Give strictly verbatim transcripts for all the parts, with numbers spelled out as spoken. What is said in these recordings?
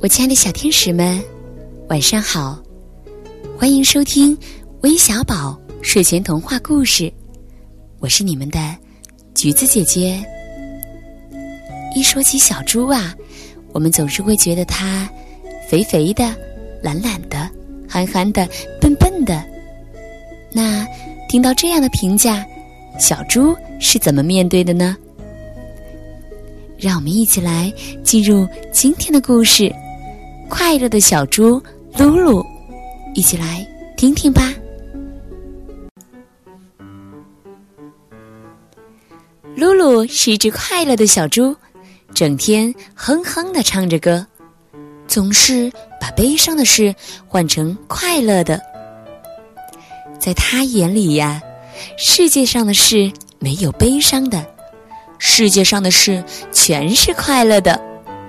我亲爱的小天使们，晚上好，欢迎收听微小宝睡前童话故事，我是你们的橘子姐姐。一说起小猪啊，我们总是会觉得它肥肥的、懒懒的、憨憨的、笨笨的。那听到这样的评价，小猪是怎么面对的呢？让我们一起来进入今天的故事，快乐的小猪露露，一起来听听吧。露露是一只快乐的小猪，整天哼哼地唱着歌，总是把悲伤的事换成快乐的。在他眼里呀，世界上的事没有悲伤的，世界上的事全是快乐的。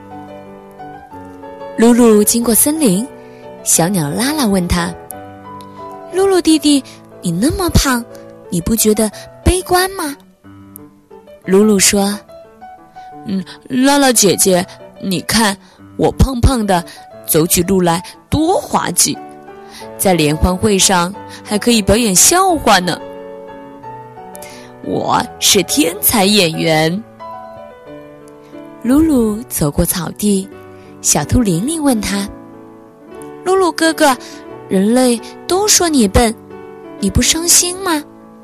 露露经过森林，小鸟拉拉问他：露露弟弟，你那么胖，你不觉得悲观吗？露露说：嗯，拉拉姐姐，你看我胖胖的，走起路来多滑稽，在联欢会上还可以表演笑话呢。我是天才演员。露露走过草地，小兔玲玲问他：露露哥哥，人类都说你笨，你不伤心吗？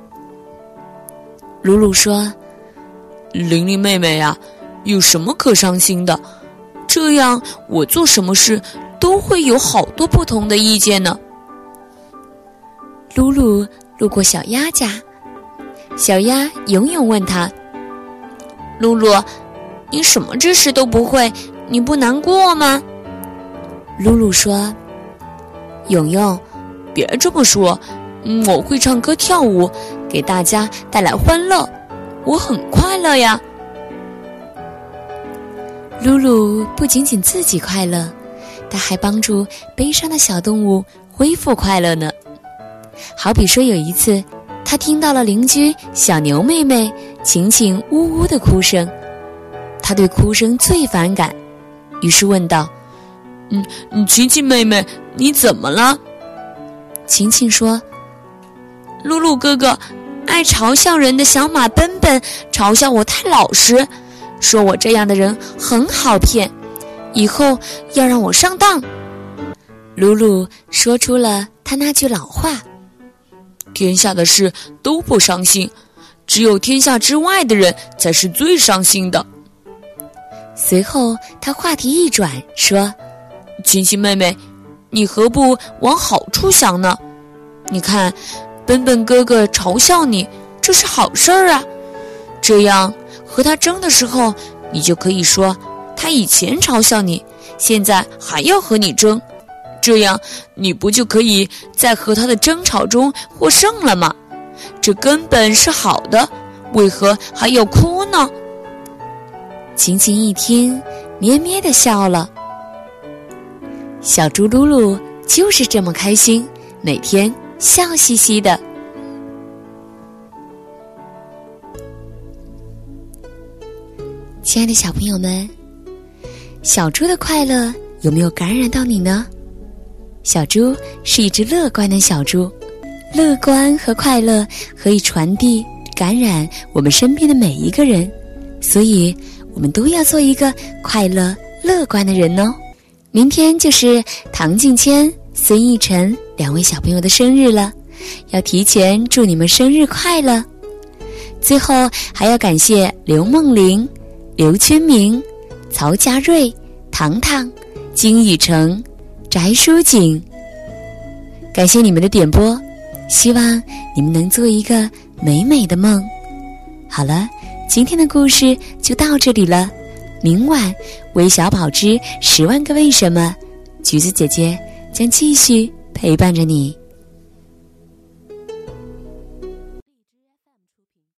露露说：玲玲妹妹呀，有什么可伤心的？这样我做什么事都会有好多不同的意见呢。露露路过小鸭家，小鸭永永问他：露露，你什么知识都不会，你不难过吗？露露说：永永，别这么说，嗯，我会唱歌跳舞，给大家带来欢乐，我很快乐呀。露露不仅仅自己快乐，她还帮助悲伤的小动物恢复快乐呢。好比说有一次，她听到了邻居小牛妹妹晴晴呜呜的哭声，她对哭声最反感，于是问道：嗯，晴晴妹妹，你怎么了？晴晴说：露露哥哥，爱嘲笑人的小马奔奔嘲笑我太老实，说我这样的人很好骗，以后要让我上当。露露说出了他那句老话：天下的事都不伤心，只有天下之外的人才是最伤心的。随后他话题一转说：晴晴妹妹，你何不往好处想呢？你看，奔奔哥哥嘲笑你，这是好事儿啊。这样和他争的时候，你就可以说他以前嘲笑你，现在还要和你争，这样你不就可以在和他的争吵中获胜了吗？这根本是好的，为何还要哭呢？晴晴一听，咩咩地笑了。小猪露露就是这么开心，每天笑嘻嘻的。亲爱的小朋友们，小猪的快乐有没有感染到你呢？小猪是一只乐观的小猪，乐观和快乐可以传递感染我们身边的每一个人，所以我们都要做一个快乐乐观的人哦。明天就是唐静谦、孙艺晨两位小朋友的生日了，要提前祝你们生日快乐。最后还要感谢刘梦玲、刘圈明、曹家瑞、糖糖、金宇成、翟淑锦，感谢你们的点播，希望你们能做一个美美的梦。好了，今天的故事就到这里了，明晚微小宝之十万个为什么，橘子姐姐将继续陪伴着你。